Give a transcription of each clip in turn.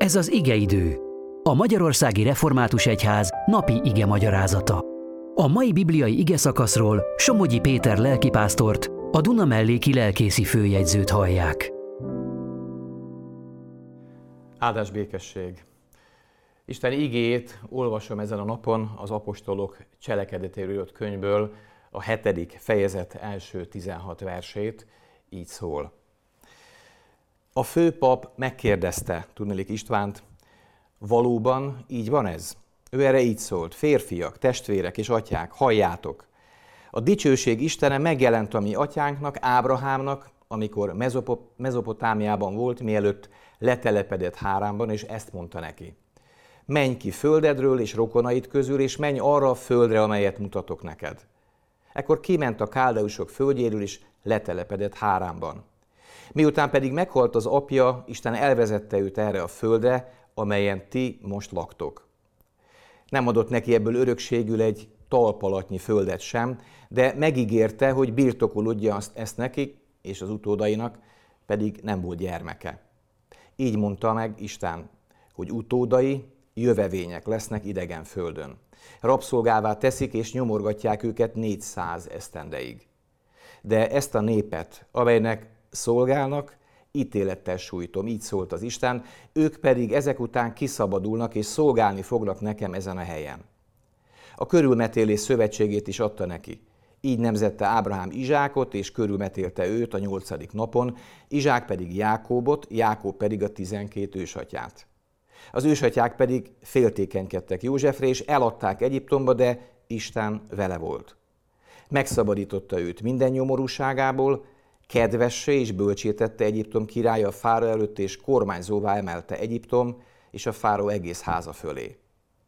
Ez az igeidő, a Magyarországi Református Egyház napi ige magyarázata. A mai bibliai igeszakaszról Somogyi Péter lelkipásztort, a Dunamelléki lelkészi főjegyzőt hallják. Áldás békesség! Isten igéjét olvasom ezen a napon az apostolok cselekedetéről írt könyvből, a 7. fejezet első 16 versét, így szól. A főpap megkérdezte tudniillik Istvánt, valóban így van ez? Ő erre így szólt, férfiak, testvérek és atyák, halljátok! A dicsőség Istene megjelent a mi atyánknak, Ábrahámnak, amikor Mezopotámiában volt, mielőtt letelepedett Háránban, és ezt mondta neki. Menj ki földedről és rokonaid közül, és menj arra a földre, amelyet mutatok neked. Ekkor kiment a káldeusok földjéről, és letelepedett Háránban. Miután pedig meghalt az apja, Isten elvezette őt erre a földre, amelyen ti most laktok. Nem adott neki ebből örökségül egy talpalatnyi földet sem, de megígérte, hogy birtokolodja ezt nekik és az utódainak, pedig nem volt gyermeke. Így mondta meg Isten, hogy utódai jövevények lesznek idegen földön. Rabszolgává teszik és nyomorgatják őket 400 esztendeig. De ezt a népet, amelynek szolgálnak, ítélettel sújtom, így szólt az Isten, ők pedig ezek után kiszabadulnak és szolgálni fognak nekem ezen a helyen. A körülmetélés szövetségét is adta neki. Így nemzette Ábrahám Izsákot, és körülmetélte őt a 8. napon, Izsák pedig Jákóbot, Jákób pedig a 12 ősatyát. Az ősatyák pedig féltékenykedtek Józsefre, és eladták Egyiptomba, de Isten vele volt. Megszabadította őt minden nyomorúságából, kedvessé és bölcsé tette Egyiptom királya a fáraó előtt, és kormányzóvá emelte Egyiptom és a fáraó egész háza fölé.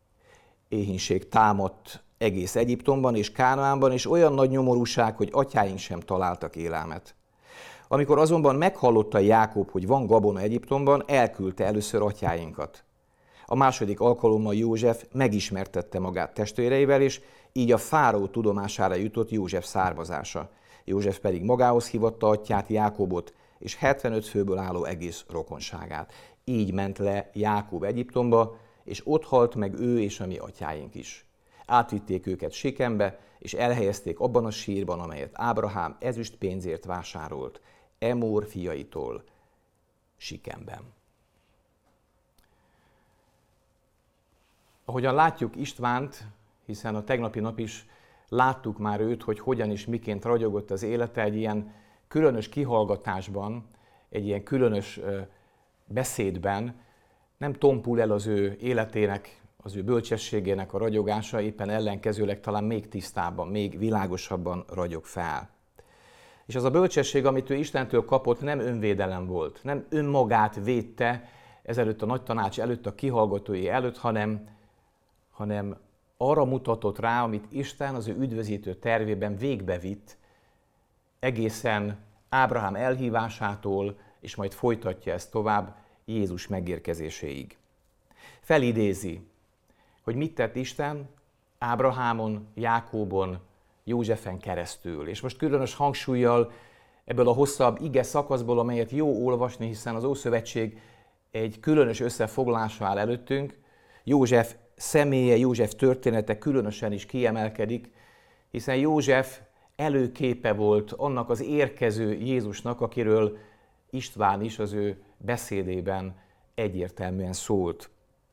Éhínség támadt egész Egyiptomban és Kánaánban, és olyan nagy nyomorúság, hogy atyáink sem találtak élelmet. Amikor azonban meghallotta Jákob, hogy van gabona Egyiptomban, elküldte először atyáinkat. A második alkalommal József megismertette magát testvéreivel, és így a fáraó tudomására jutott József származása. József pedig magához hívatta atyát, Jákobot, és 75 főből álló egész rokonságát. Így ment le Jákob Egyiptomba, és ott halt meg ő és a mi atyáink is. Átvitték őket Sikembe, és elhelyezték abban a sírban, amelyet Ábrahám ezüst pénzért vásárolt, Emór fiaitól Sikemben. Ahogyan látjuk Istvánt, hiszen a tegnapi nap is láttuk már őt, hogy hogyan és miként ragyogott az élete egy ilyen különös kihallgatásban, egy ilyen különös beszédben, nem tompul el az ő életének, az ő bölcsességének a ragyogása, éppen ellenkezőleg talán még tisztábban, még világosabban ragyog fel. És az a bölcsesség, amit ő Istentől kapott, nem önvédelem volt, nem önmagát védte ezelőtt a nagy tanács előtt, a kihallgatói előtt, hanem arra mutatott rá, amit Isten az ő üdvözítő tervében végbevitt, egészen Ábrahám elhívásától, és majd folytatja ezt tovább Jézus megérkezéséig. Felidézi, hogy mit tett Isten Ábrahámon, Jákóbon, Józsefen keresztül. És most különös hangsúllyal ebből a hosszabb ige szakaszból, amelyet jó olvasni, hiszen az Ószövetség egy különös összefoglalása áll előttünk, József személye, József története különösen is kiemelkedik, hiszen József előképe volt annak az érkező Jézusnak, akiről István is az ő beszédében egyértelműen szólt.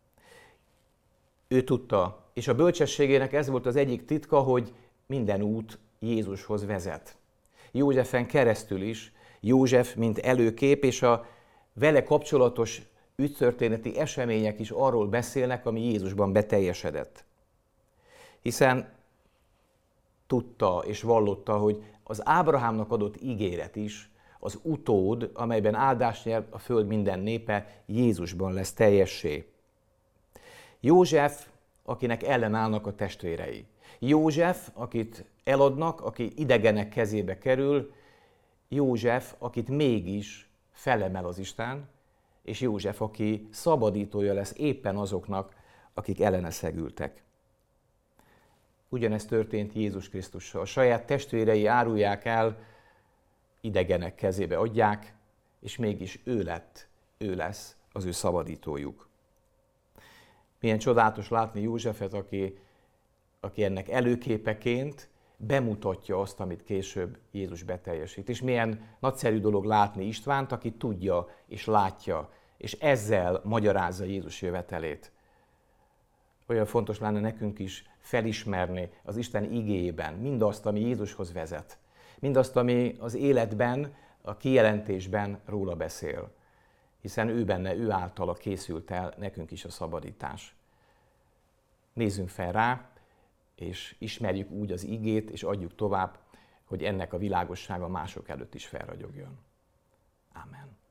Ő tudta, és a bölcsességének ez volt az egyik titka, hogy minden út Jézushoz vezet. Józsefen keresztül is, József mint előkép, és a vele kapcsolatos ügytörténeti események is arról beszélnek, ami Jézusban beteljesedett. Hiszen tudta és vallotta, hogy az Ábrahámnak adott ígéret is, az utód, amelyben áldást nyer a föld minden népe, Jézusban lesz teljessé. József, akinek ellenállnak a testvérei. József, akit eladnak, aki idegenek kezébe kerül. József, akit mégis felemel az Isten, és József, aki szabadítója lesz éppen azoknak, akik ellene szegültek. Ugyanezt történt Jézus Krisztussal. A saját testvérei árulják el, idegenek kezébe adják, és mégis ő lesz az ő szabadítójuk. Milyen csodálatos látni Józsefet, aki ennek előképeként bemutatja azt, amit később Jézus beteljesít. És milyen nagyszerű dolog látni Istvánt, aki tudja és látja, és ezzel magyarázza Jézus jövetelét. Olyan fontos lenne nekünk is felismerni az Isten igéjében mindazt, ami Jézushoz vezet. Mindazt, ami az életben, a kijelentésben róla beszél. Hiszen ő benne, ő általa készült el nekünk is a szabadítás. Nézzünk fel rá, és ismerjük úgy az igét, és adjuk tovább, hogy ennek a világossága mások előtt is felragyogjon. Ámen.